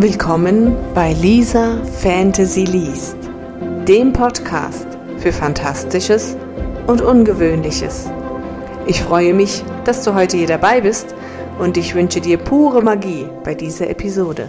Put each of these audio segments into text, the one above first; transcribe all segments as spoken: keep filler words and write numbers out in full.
Willkommen bei Lisa Fantasy liest, dem Podcast für Fantastisches und Ungewöhnliches. Ich freue mich, dass du heute hier dabei bist und ich wünsche dir pure Magie bei dieser Episode.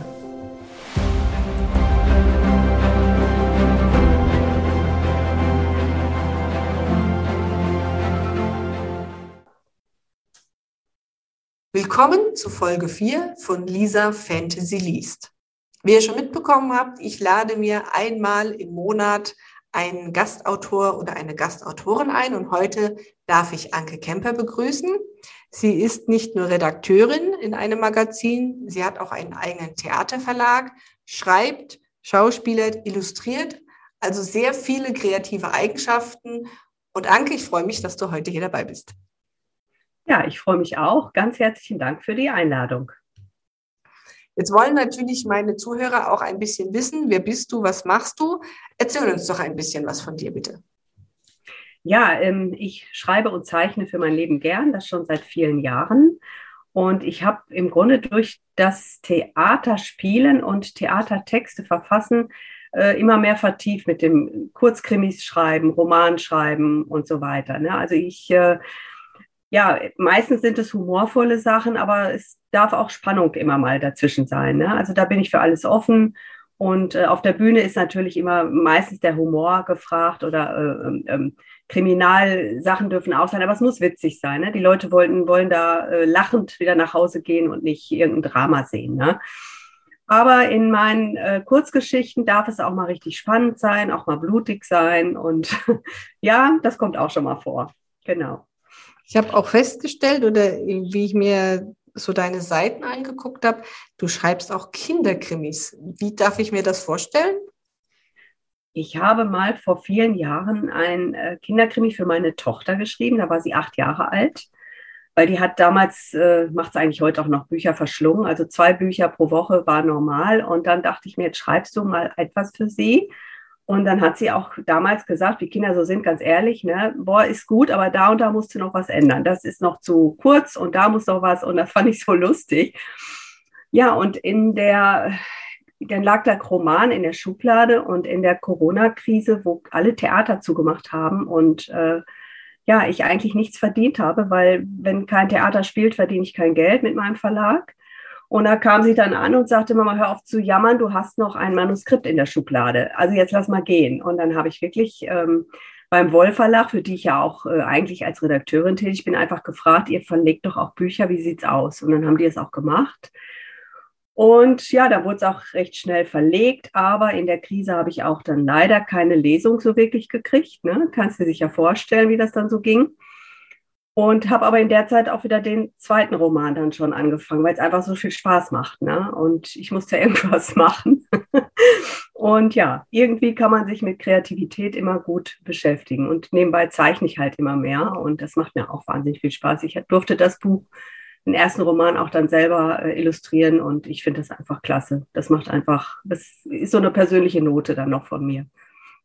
Willkommen zu Folge vier von Lisa Fantasy liest. Wie ihr schon mitbekommen habt, ich lade mir einmal im Monat einen Gastautor oder eine Gastautorin ein und heute darf ich Anke Kemper begrüßen. Sie ist nicht nur Redakteurin in einem Magazin, sie hat auch einen eigenen Theaterverlag, schreibt, schauspielert, illustriert, also sehr viele kreative Eigenschaften. Und Anke, ich freue mich, dass du heute hier dabei bist. Ja, ich freue mich auch. Ganz herzlichen Dank für die Einladung. Jetzt wollen natürlich meine Zuhörer auch ein bisschen wissen, wer bist du, was machst du? Erzähl uns doch ein bisschen was von dir, bitte. Ja, ähm, ich schreibe und zeichne für mein Leben gern, das schon seit vielen Jahren. Und ich habe im Grunde durch das Theaterspielen und Theatertexte verfassen äh, immer mehr vertieft mit dem Kurzkrimis schreiben, Romanschreiben und so weiter. Ne? Also ich... Äh, Ja, meistens sind es humorvolle Sachen, aber es darf auch Spannung immer mal dazwischen sein. Ne? Also da bin ich für alles offen. Und äh, auf der Bühne ist natürlich immer meistens der Humor gefragt oder äh, äh, Kriminalsachen dürfen auch sein, aber es muss witzig sein. Ne? Die Leute wollten, wollen da äh, lachend wieder nach Hause gehen und nicht irgendein Drama sehen. Ne? Aber in meinen äh, Kurzgeschichten darf es auch mal richtig spannend sein, auch mal blutig sein. Und ja, das kommt auch schon mal vor. Genau. Ich habe auch festgestellt, oder wie ich mir so deine Seiten angeguckt habe, du schreibst auch Kinderkrimis. Wie darf ich mir das vorstellen? Ich habe mal vor vielen Jahren ein äh, Kinderkrimi für meine Tochter geschrieben. Da war sie acht Jahre alt, weil die hat damals, äh, macht es eigentlich heute auch noch, Bücher verschlungen. Also zwei Bücher pro Woche war normal. Und dann dachte ich mir, jetzt schreibst du mal etwas für sie. Und dann hat sie auch damals gesagt, wie Kinder so sind, ganz ehrlich, ne, boah, ist gut, aber da und da musst du noch was ändern. Das ist noch zu kurz und da muss noch was. Und das fand ich so lustig. Ja, und in der, dann lag der Roman in der Schublade und in der Corona-Krise, wo alle Theater zugemacht haben und äh, ja, ich eigentlich nichts verdient habe, weil wenn kein Theater spielt, verdiene ich kein Geld mit meinem Verlag. Und da kam sie dann an und sagte, Mama, hör auf zu jammern, du hast noch ein Manuskript in der Schublade. Also jetzt lass mal gehen. Und dann habe ich wirklich ähm, beim Woll Verlag, für die ich ja auch äh, eigentlich als Redakteurin tätig bin, einfach gefragt, ihr verlegt doch auch Bücher, wie sieht's aus? Und dann haben die es auch gemacht. Und ja, da wurde es auch recht schnell verlegt, aber in der Krise habe ich auch dann leider keine Lesung so wirklich gekriegt. Ne? Kannst du dir sicher vorstellen, wie das dann so ging. Und habe aber in der Zeit auch wieder den zweiten Roman dann schon angefangen, weil es einfach so viel Spaß macht. Ne? Und ich musste irgendwas machen. Und ja, irgendwie kann man sich mit Kreativität immer gut beschäftigen. Und nebenbei zeichne ich halt immer mehr. Und das macht mir auch wahnsinnig viel Spaß. Ich durfte das Buch, den ersten Roman, auch dann selber äh, illustrieren. Und ich finde das einfach klasse. Das macht einfach, das ist so eine persönliche Note dann noch von mir.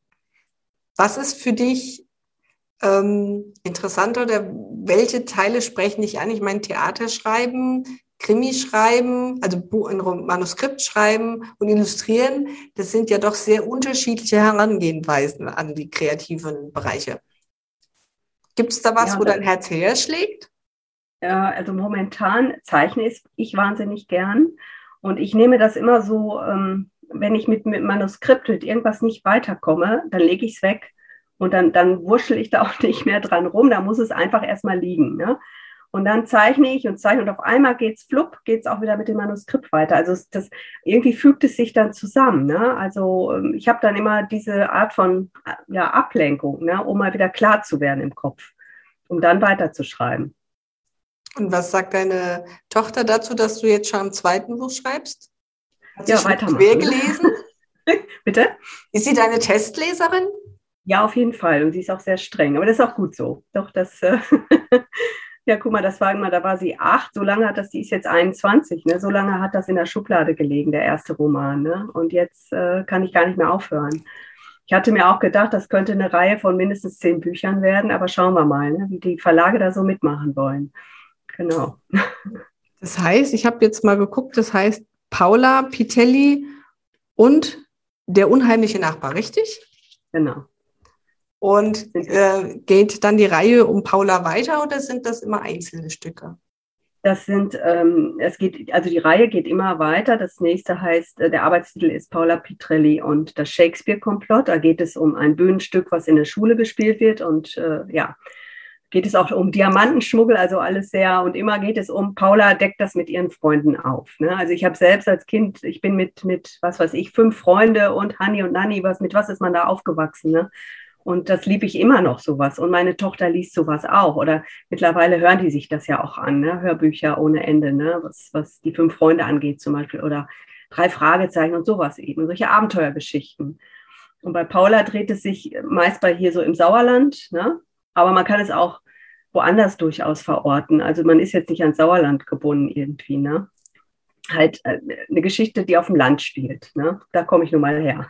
Was ist für dich Ähm, interessant, oder welche Teile sprechen dich an? Ich meine, Theater schreiben, Krimi schreiben, also ein Manuskript schreiben und illustrieren, das sind ja doch sehr unterschiedliche Herangehensweisen an die kreativen Bereiche. Gibt es da was, Ja, wo dein Herz höher schlägt? Ja, also momentan zeichne ich wahnsinnig gern und ich nehme das immer so, ähm, wenn ich mit, mit Manuskript, mit irgendwas nicht weiterkomme, dann lege ich es weg. Und dann, dann wurschel ich da auch nicht mehr dran rum, da muss es einfach erstmal liegen. Ne? Und dann zeichne ich und zeichne und auf einmal geht's flupp, geht's auch wieder mit dem Manuskript weiter. Also das, irgendwie fügt es sich dann zusammen. Ne? Also ich habe dann immer diese Art von ja, Ablenkung, ne? Um mal wieder klar zu werden im Kopf, um dann weiterzuschreiben. Und was sagt deine Tochter dazu, dass du jetzt schon am zweiten Buch schreibst? Hat sie ja, schon weitermachen. quer gelesen? Bitte? Ist sie deine Testleserin? Ja, auf jeden Fall. Und sie ist auch sehr streng. Aber das ist auch gut so. Doch, das, äh, ja, guck mal, das war immer, da war sie acht. So lange hat das, die ist jetzt einundzwanzig. Ne? So lange hat das in der Schublade gelegen, der erste Roman. Ne? Und jetzt äh, kann ich gar nicht mehr aufhören. Ich hatte mir auch gedacht, das könnte eine Reihe von mindestens zehn Büchern werden. Aber schauen wir mal, ne? Wie die Verlage da so mitmachen wollen. Genau. Das heißt, ich habe jetzt mal geguckt, das heißt, Paula Pitelli und der unheimliche Nachbar, richtig? Genau. Und äh, geht dann die Reihe um Paula weiter oder sind das immer einzelne Stücke? Das sind, ähm, es geht, also die Reihe geht immer weiter. Das nächste heißt, äh, der Arbeitstitel ist Paula Pitelli und das Shakespeare-Komplott. Da geht es um ein Bühnenstück, was in der Schule gespielt wird. Und äh, ja, geht es auch um Diamantenschmuggel, also alles sehr, und immer geht es um, Paula deckt das mit ihren Freunden auf. Ne? Also ich habe selbst als Kind, ich bin mit, mit, was weiß ich, fünf Freunde und Hanni und Nanni, was, mit was ist man da aufgewachsen, ne? Und das liebe ich immer noch, sowas. Und meine Tochter liest sowas auch. Oder mittlerweile hören die sich das ja auch an, ne? Hörbücher ohne Ende, ne? was, was die fünf Freunde angeht zum Beispiel. Oder drei Fragezeichen und sowas eben. Solche Abenteuergeschichten. Und bei Paula dreht es sich meist bei hier so im Sauerland, ne? Aber man kann es auch woanders durchaus verorten. Also man ist jetzt nicht ans Sauerland gebunden irgendwie, ne? Halt äh, eine Geschichte, die auf dem Land spielt, ne? Da komme ich nun mal her.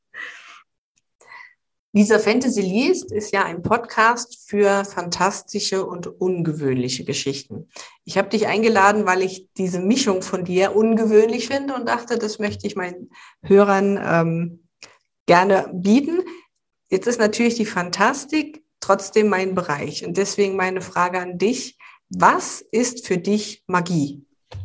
Lisa Fantasy liest ist ja ein Podcast für fantastische und ungewöhnliche Geschichten. Ich habe dich eingeladen, weil ich diese Mischung von dir ungewöhnlich finde und dachte, das möchte ich meinen Hörern ähm, gerne bieten. Jetzt ist natürlich die Fantastik trotzdem mein Bereich und deswegen meine Frage an dich. Was ist für dich Magie?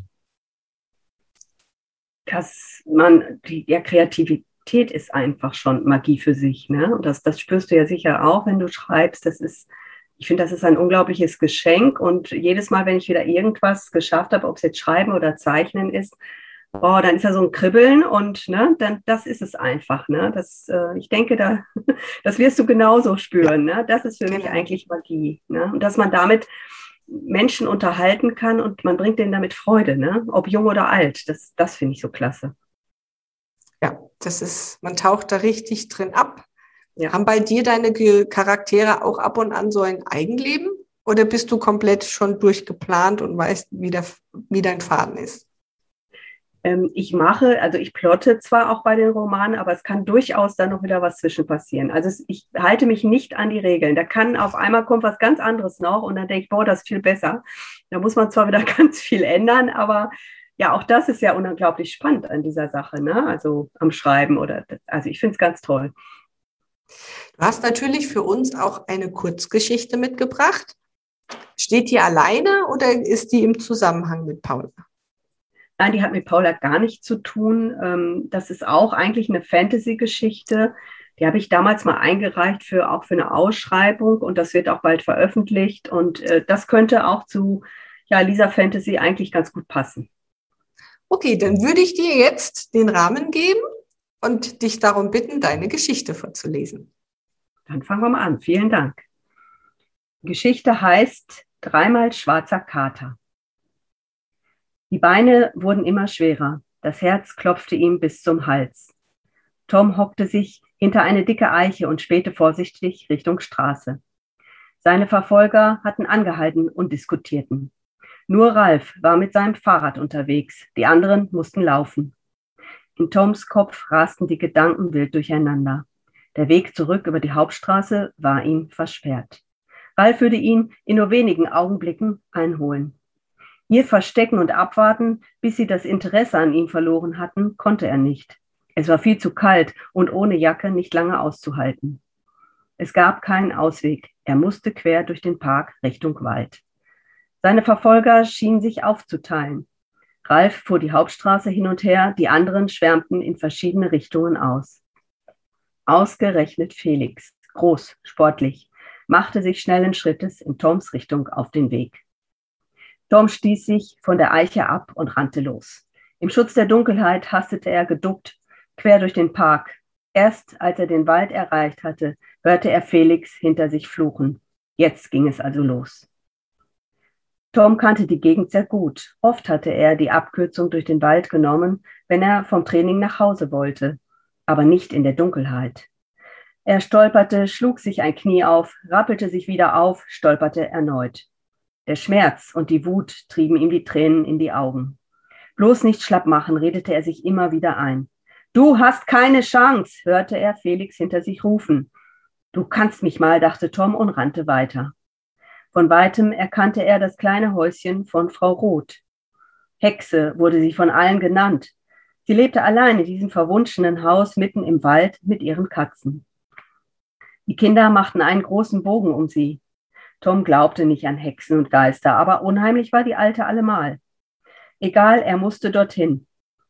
Dass man, die ja, Kreativität ist einfach schon Magie für sich, ne? Und das, das spürst du ja sicher auch, wenn du schreibst. Das ist, ich finde, das ist ein unglaubliches Geschenk. Und jedes Mal, wenn ich wieder irgendwas geschafft habe, ob es jetzt Schreiben oder Zeichnen ist, oh, dann ist da so ein Kribbeln und ne, dann das ist es einfach. Ne? Das, äh, ich denke, da, das wirst du genauso spüren. Ne? Das ist für Genau. mich eigentlich Magie. Ne? Und dass man damit Menschen unterhalten kann und man bringt denen damit Freude, ne? Ob jung oder alt. Das, das finde ich so klasse. Ja, das ist, man taucht da richtig drin ab. Ja. Haben bei dir deine Charaktere auch ab und an so ein Eigenleben? Oder bist du komplett schon durchgeplant und weißt, wie, der, wie dein Faden ist? Ähm, ich mache, also ich plotte zwar auch bei den Romanen, aber es kann durchaus dann noch wieder was zwischen passieren. Also es, ich halte mich nicht an die Regeln. Da kann auf einmal kommt was ganz anderes noch und dann denke ich, boah, das ist viel besser. Da muss man zwar wieder ganz viel ändern, aber ja, auch das ist ja unglaublich spannend an dieser Sache, ne? Also am Schreiben oder, also ich finde es ganz toll. Du hast natürlich für uns auch eine Kurzgeschichte mitgebracht. Steht die alleine oder ist die im Zusammenhang mit Paula? Nein, die hat mit Paula gar nichts zu tun. Das ist auch eigentlich eine Fantasy-Geschichte. Die habe ich damals mal eingereicht für auch für eine Ausschreibung und das wird auch bald veröffentlicht. Und das könnte auch zu ja, Lisa Fantasy eigentlich ganz gut passen. Okay, dann würde ich dir jetzt den Rahmen geben und dich darum bitten, deine Geschichte vorzulesen. Dann fangen wir mal an. Vielen Dank. Die Geschichte heißt Dreimal schwarzer Kater. Die Beine wurden immer schwerer. Das Herz klopfte ihm bis zum Hals. Tom hockte sich hinter eine dicke Eiche und spähte vorsichtig Richtung Straße. Seine Verfolger hatten angehalten und diskutierten. Nur Ralf war mit seinem Fahrrad unterwegs, die anderen mussten laufen. In Toms Kopf rasten die Gedanken wild durcheinander. Der Weg zurück über die Hauptstraße war ihm versperrt. Ralf würde ihn in nur wenigen Augenblicken einholen. Hier verstecken und abwarten, bis sie das Interesse an ihm verloren hatten, konnte er nicht. Es war viel zu kalt und ohne Jacke nicht lange auszuhalten. Es gab keinen Ausweg. Er musste quer durch den Park Richtung Wald. Seine Verfolger schienen sich aufzuteilen. Ralf fuhr die Hauptstraße hin und her, die anderen schwärmten in verschiedene Richtungen aus. Ausgerechnet Felix, groß, sportlich, machte sich schnellen Schrittes in Toms Richtung auf den Weg. Tom stieß sich von der Eiche ab und rannte los. Im Schutz der Dunkelheit hastete er geduckt quer durch den Park. Erst als er den Wald erreicht hatte, hörte er Felix hinter sich fluchen. Jetzt ging es also los. Tom kannte die Gegend sehr gut. Oft hatte er die Abkürzung durch den Wald genommen, wenn er vom Training nach Hause wollte, aber nicht in der Dunkelheit. Er stolperte, schlug sich ein Knie auf, rappelte sich wieder auf, stolperte erneut. Der Schmerz und die Wut trieben ihm die Tränen in die Augen. Bloß nicht schlapp machen, redete er sich immer wieder ein. Du hast keine Chance, hörte er Felix hinter sich rufen. Du kannst mich mal, dachte Tom und rannte weiter. Von weitem erkannte er das kleine Häuschen von Frau Roth. Hexe wurde sie von allen genannt. Sie lebte allein in diesem verwunschenen Haus mitten im Wald mit ihren Katzen. Die Kinder machten einen großen Bogen um sie. Tom glaubte nicht an Hexen und Geister, aber unheimlich war die Alte allemal. Egal, er musste dorthin.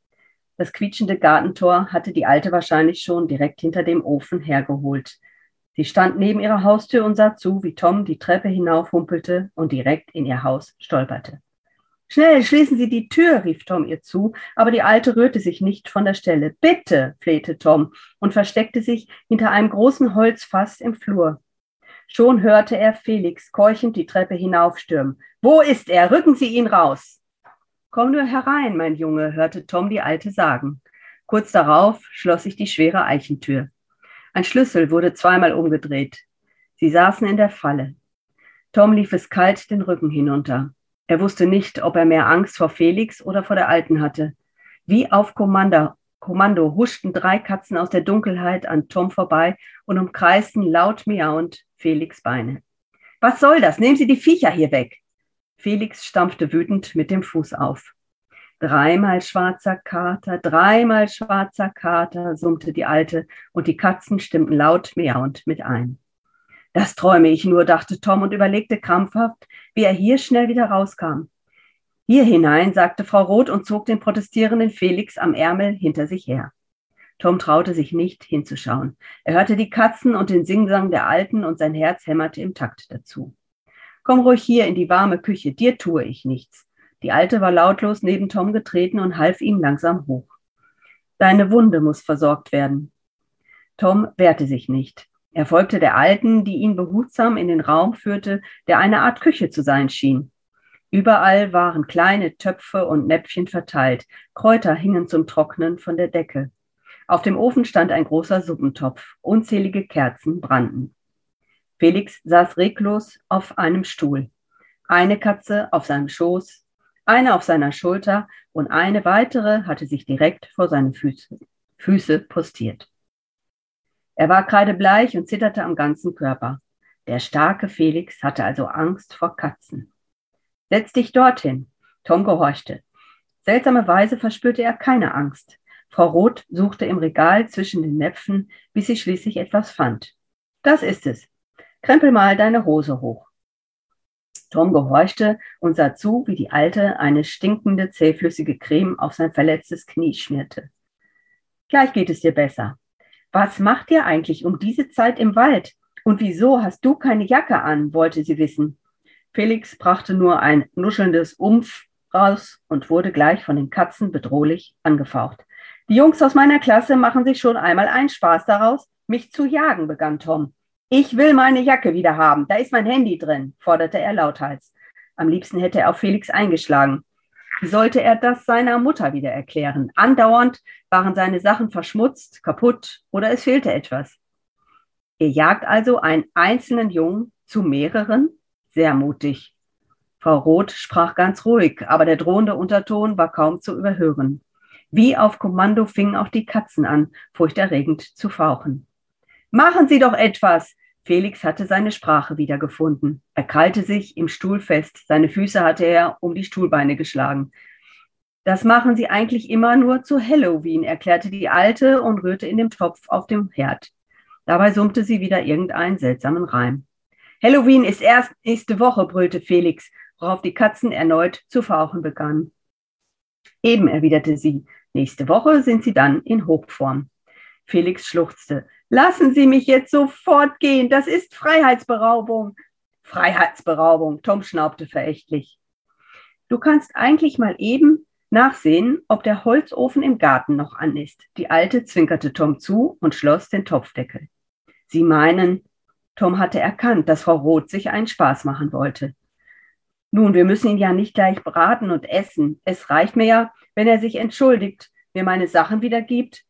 Das quietschende Gartentor hatte die Alte wahrscheinlich schon direkt hinter dem Ofen hergeholt. Sie stand neben ihrer Haustür und sah zu, wie Tom die Treppe hinaufhumpelte und direkt in ihr Haus stolperte. »Schnell, schließen Sie die Tür«, rief Tom ihr zu, aber die Alte rührte sich nicht von der Stelle. »Bitte«, flehte Tom und versteckte sich hinter einem großen Holzfass im Flur. Schon hörte er Felix keuchend die Treppe hinaufstürmen. »Wo ist er? Rücken Sie ihn raus!« »Komm nur herein, mein Junge«, hörte Tom die Alte sagen. Kurz darauf schloss sich die schwere Eichentür. Ein Schlüssel wurde zweimal umgedreht. Sie saßen in der Falle. Tom lief es kalt den Rücken hinunter. Er wusste nicht, ob er mehr Angst vor Felix oder vor der Alten hatte. Wie auf Kommando, Kommando huschten drei Katzen aus der Dunkelheit an Tom vorbei und umkreisten laut miauend Felix' Beine. »Was soll das? Nehmen Sie die Viecher hier weg!« Felix stampfte wütend mit dem Fuß auf. »Dreimal schwarzer Kater, dreimal schwarzer Kater«, summte die Alte, und die Katzen stimmten laut miauend mit ein. »Das träume ich nur«, dachte Tom und überlegte krampfhaft, wie er hier schnell wieder rauskam. »Hier hinein«, sagte Frau Roth und zog den protestierenden Felix am Ärmel hinter sich her. Tom traute sich nicht hinzuschauen. Er hörte die Katzen und den Singsang der Alten und sein Herz hämmerte im Takt dazu. »Komm ruhig hier in die warme Küche, dir tue ich nichts.« Die Alte war lautlos neben Tom getreten und half ihm langsam hoch. »Deine Wunde muss versorgt werden.« Tom wehrte sich nicht. Er folgte der Alten, die ihn behutsam in den Raum führte, der eine Art Küche zu sein schien. Überall waren kleine Töpfe und Näpfchen verteilt. Kräuter hingen zum Trocknen von der Decke. Auf dem Ofen stand ein großer Suppentopf. Unzählige Kerzen brannten. Felix saß reglos auf einem Stuhl. Eine Katze auf seinem Schoß, eine auf seiner Schulter und eine weitere hatte sich direkt vor seine Füße, Füße postiert. Er war kreidebleich und zitterte am ganzen Körper. Der starke Felix hatte also Angst vor Katzen. »Setz dich dorthin.« Tom gehorchte. Seltsamerweise verspürte er keine Angst. Frau Roth suchte im Regal zwischen den Näpfen, bis sie schließlich etwas fand. »Das ist es. Krempel mal deine Hose hoch.« Tom gehorchte und sah zu, wie die Alte eine stinkende, zähflüssige Creme auf sein verletztes Knie schmierte. »Gleich geht es dir besser. Was macht ihr eigentlich um diese Zeit im Wald? Und wieso hast du keine Jacke an?«, wollte sie wissen. Felix brachte nur ein nuschelndes Umf raus und wurde gleich von den Katzen bedrohlich angefaucht. »Die Jungs aus meiner Klasse machen sich schon einmal einen Spaß daraus, mich zu jagen«, begann Tom. »Ich will meine Jacke wieder haben, da ist mein Handy drin«, forderte er lauthals. Am liebsten hätte er auf Felix eingeschlagen. Wie sollte er das seiner Mutter wieder erklären? Andauernd waren seine Sachen verschmutzt, kaputt oder es fehlte etwas. Ihr jagt also einen einzelnen Jungen zu mehreren? Sehr mutig. Frau Roth sprach ganz ruhig, aber der drohende Unterton war kaum zu überhören. Wie auf Kommando fingen auch die Katzen an, furchterregend zu fauchen. »Machen Sie doch etwas!« Felix hatte seine Sprache wiedergefunden. Er krallte sich im Stuhl fest. Seine Füße hatte er um die Stuhlbeine geschlagen. »Das machen Sie eigentlich immer nur zu Halloween«, erklärte die Alte und rührte in dem Topf auf dem Herd. Dabei summte sie wieder irgendeinen seltsamen Reim. »Halloween ist erst nächste Woche«, brüllte Felix, worauf die Katzen erneut zu fauchen begannen. »Eben«, erwiderte sie, »nächste Woche sind sie dann in Hochform.« Felix schluchzte. »Lassen Sie mich jetzt sofort gehen, das ist Freiheitsberaubung.« »Freiheitsberaubung«, Tom schnaubte verächtlich. »Du kannst eigentlich mal eben nachsehen, ob der Holzofen im Garten noch an ist.« Die Alte zwinkerte Tom zu und schloss den Topfdeckel. »Sie meinen...« Tom hatte erkannt, dass Frau Roth sich einen Spaß machen wollte. »Nun, wir müssen ihn ja nicht gleich braten und essen. Es reicht mir ja, wenn er sich entschuldigt, mir meine Sachen wiedergibt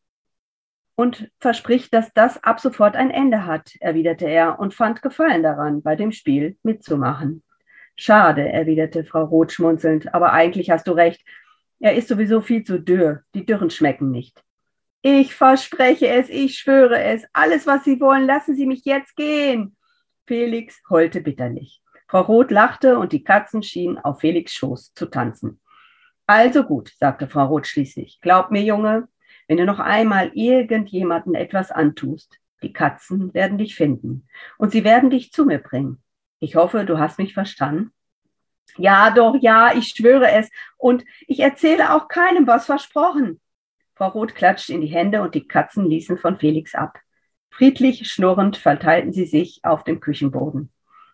und verspricht, dass das ab sofort ein Ende hat«, erwiderte er und fand Gefallen daran, bei dem Spiel mitzumachen. »Schade«, erwiderte Frau Roth schmunzelnd, »aber eigentlich hast du recht. Er ist sowieso viel zu dürr. Die Dürren schmecken nicht.« »Ich verspreche es, ich schwöre es. Alles, was Sie wollen, lassen Sie mich jetzt gehen.« Felix heulte bitterlich. Frau Roth lachte und die Katzen schienen auf Felix' Schoß zu tanzen. Also gut, sagte Frau Roth schließlich. Glaub mir, Junge, wenn du noch einmal irgendjemanden etwas antust, die Katzen werden dich finden und sie werden dich zu mir bringen. Ich hoffe, du hast mich verstanden. Ja, doch, ja, ich schwöre es. Und ich erzähle auch keinem was, versprochen. Frau Roth klatschte in die Hände und die Katzen ließen von Felix ab. Friedlich schnurrend verteilten sie sich auf dem Küchenboden.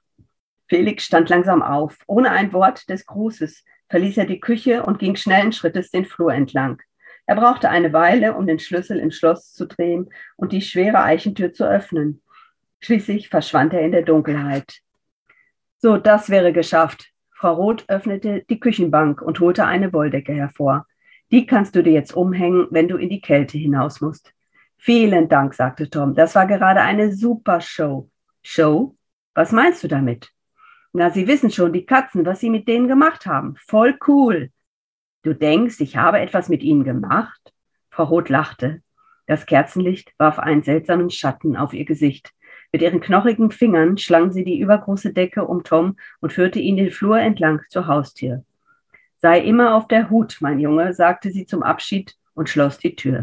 Felix stand langsam auf. Ohne ein Wort des Grußes verließ er die Küche und ging schnellen Schrittes den Flur entlang. Er brauchte eine Weile, um den Schlüssel im Schloss zu drehen und die schwere Eichentür zu öffnen. Schließlich verschwand er in der Dunkelheit. So, das wäre geschafft. Frau Roth öffnete die Küchenbank und holte eine Wolldecke hervor. Die kannst du dir jetzt umhängen, wenn du in die Kälte hinaus musst. Vielen Dank, sagte Tom. Das war gerade eine super Show. Show? Was meinst du damit? Na, Sie wissen schon, die Katzen, was Sie mit denen gemacht haben. Voll cool. Du denkst, ich habe etwas mit ihnen gemacht? Frau Roth lachte. Das Kerzenlicht warf einen seltsamen Schatten auf ihr Gesicht. Mit ihren knochigen Fingern schlang sie die übergroße Decke um Tom und führte ihn den Flur entlang zur Haustür. Sei immer auf der Hut, mein Junge, sagte sie zum Abschied und schloss die Tür.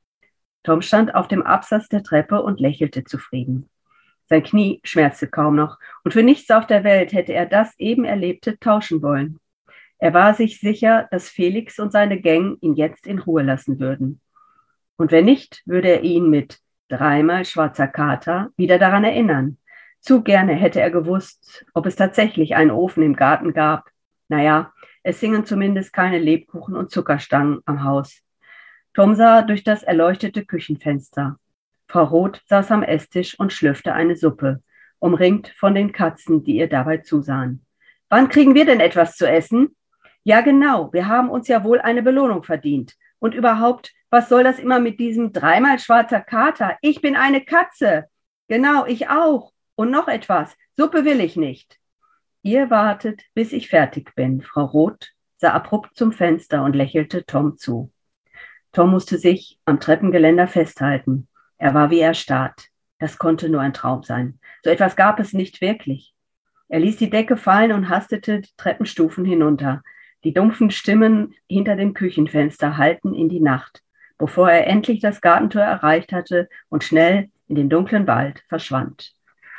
Tom stand auf dem Absatz der Treppe und lächelte zufrieden. Sein Knie schmerzte kaum noch und für nichts auf der Welt hätte er das eben Erlebte tauschen wollen. Er war sich sicher, dass Felix und seine Gang ihn jetzt in Ruhe lassen würden. Und wenn nicht, würde er ihn mit dreimal schwarzer Kater wieder daran erinnern. Zu gerne hätte er gewusst, ob es tatsächlich einen Ofen im Garten gab. Naja, es hingen zumindest keine Lebkuchen und Zuckerstangen am Haus. Tom sah durch das erleuchtete Küchenfenster. Frau Roth saß am Esstisch und schlürfte eine Suppe, umringt von den Katzen, die ihr dabei zusahen. Wann kriegen wir denn etwas zu essen? Ja, genau, wir haben uns ja wohl eine Belohnung verdient. Und überhaupt, was soll das immer mit diesem dreimal schwarzer Kater? Ich bin eine Katze. Genau, ich auch. Und noch etwas, Suppe will ich nicht. Ihr wartet, bis ich fertig bin. Frau Roth sah abrupt zum Fenster und lächelte Tom zu. Tom musste sich am Treppengeländer festhalten. Er war wie erstarrt. Das konnte nur ein Traum sein. So etwas gab es nicht wirklich. Er ließ die Decke fallen und hastete die Treppenstufen hinunter. Die dumpfen Stimmen hinter dem Küchenfenster hallten in die Nacht, bevor er endlich das Gartentor erreicht hatte und schnell in den dunklen Wald verschwand.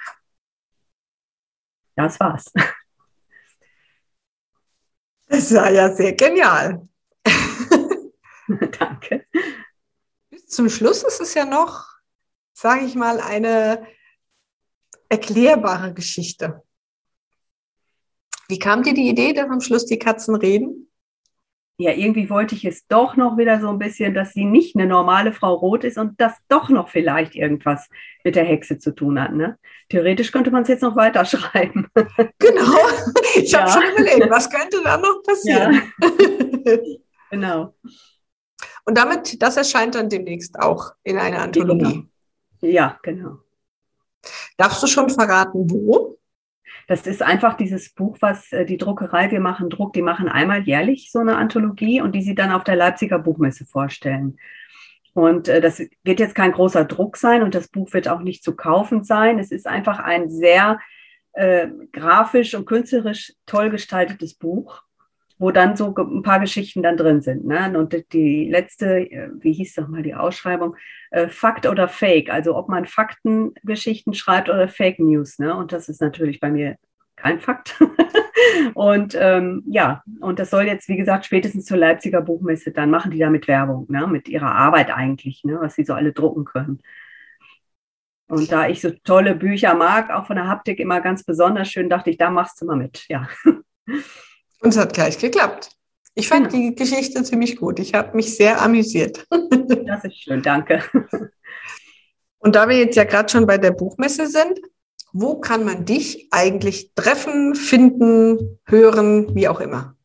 Das war's. Das war ja sehr genial. Danke. Bis zum Schluss ist es ja noch, sage ich mal, eine erklärbare Geschichte. Wie kam dir die Idee, dass am Schluss die Katzen reden? Ja, irgendwie wollte ich es doch noch wieder so ein bisschen, dass sie nicht eine normale Frau Roth ist und das doch noch vielleicht irgendwas mit der Hexe zu tun hat. Ne? Theoretisch könnte man es jetzt noch weiterschreiben. Genau, ich Ja. habe schon überlegt, was könnte da noch passieren? Ja. Genau. Und damit, das erscheint dann demnächst auch in einer Anthologie. Ja, genau. Darfst du schon verraten, wo? Das ist einfach dieses Buch, was äh, die Druckerei Wir machen Druck, die machen einmal jährlich so eine Anthologie und die sie dann auf der Leipziger Buchmesse vorstellen. Und äh, das wird jetzt kein großer Druck sein und das Buch wird auch nicht zu kaufen sein. Es ist einfach ein sehr äh, grafisch und künstlerisch toll gestaltetes Buch, wo dann so ein paar Geschichten dann drin sind. Ne? Und die letzte, wie hieß doch mal die Ausschreibung, äh, Fakt oder Fake, also ob man Faktengeschichten schreibt oder Fake News. Ne? Und das ist natürlich bei mir kein Fakt. Und ähm, ja, und das soll jetzt, wie gesagt, spätestens zur Leipziger Buchmesse, dann machen die damit Werbung, ne? Mit ihrer Arbeit eigentlich, ne? Was sie so alle drucken können. Und da ich so tolle Bücher mag, auch von der Haptik immer ganz besonders schön, dachte ich, da machst du mal mit, ja. Und es hat gleich geklappt. Ich fand Genau. die Geschichte ziemlich gut. Ich habe mich sehr amüsiert. Das ist schön, danke. Und da wir jetzt ja gerade schon bei der Buchmesse sind, wo kann man dich eigentlich treffen, finden, hören, wie auch immer?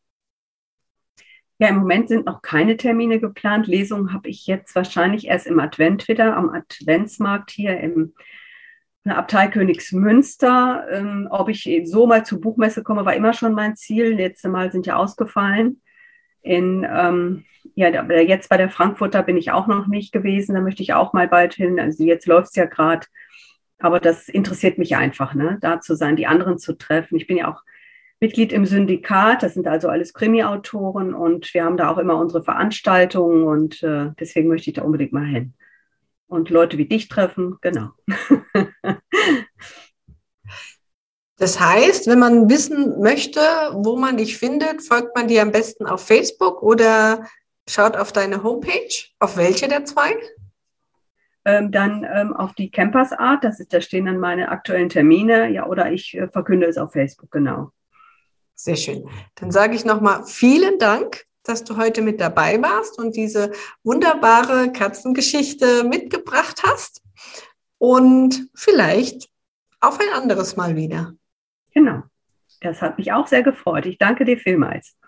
Ja, im Moment sind noch keine Termine geplant. Lesungen habe ich jetzt wahrscheinlich erst im Advent wieder, am Adventsmarkt hier im Abtei Königsmünster. Ähm, ob ich so mal zur Buchmesse komme, war immer schon mein Ziel. Letzte Mal sind ja ausgefallen. In, ähm, ja, jetzt bei der Frankfurter bin ich auch noch nicht gewesen. Da möchte ich auch mal bald hin. Also jetzt läuft es ja gerade. Aber das interessiert mich einfach, ne, da zu sein, die anderen zu treffen. Ich bin ja auch Mitglied im Syndikat, das sind also alles Krimi-Autoren und wir haben da auch immer unsere Veranstaltungen und äh, deswegen möchte ich da unbedingt mal hin. Und Leute wie dich treffen, genau. Das heißt, wenn man wissen möchte, wo man dich findet, folgt man dir am besten auf Facebook oder schaut auf deine Homepage. Auf welche der zwei? Ähm, dann ähm, auf die Campers Art, das ist, da stehen dann meine aktuellen Termine, ja, oder ich äh, verkünde es auf Facebook, genau. Sehr schön. Dann sage ich nochmal vielen Dank, dass du heute mit dabei warst und diese wunderbare Katzengeschichte mitgebracht hast. Und vielleicht auf ein anderes Mal wieder. Genau. Das hat mich auch sehr gefreut. Ich danke dir vielmals.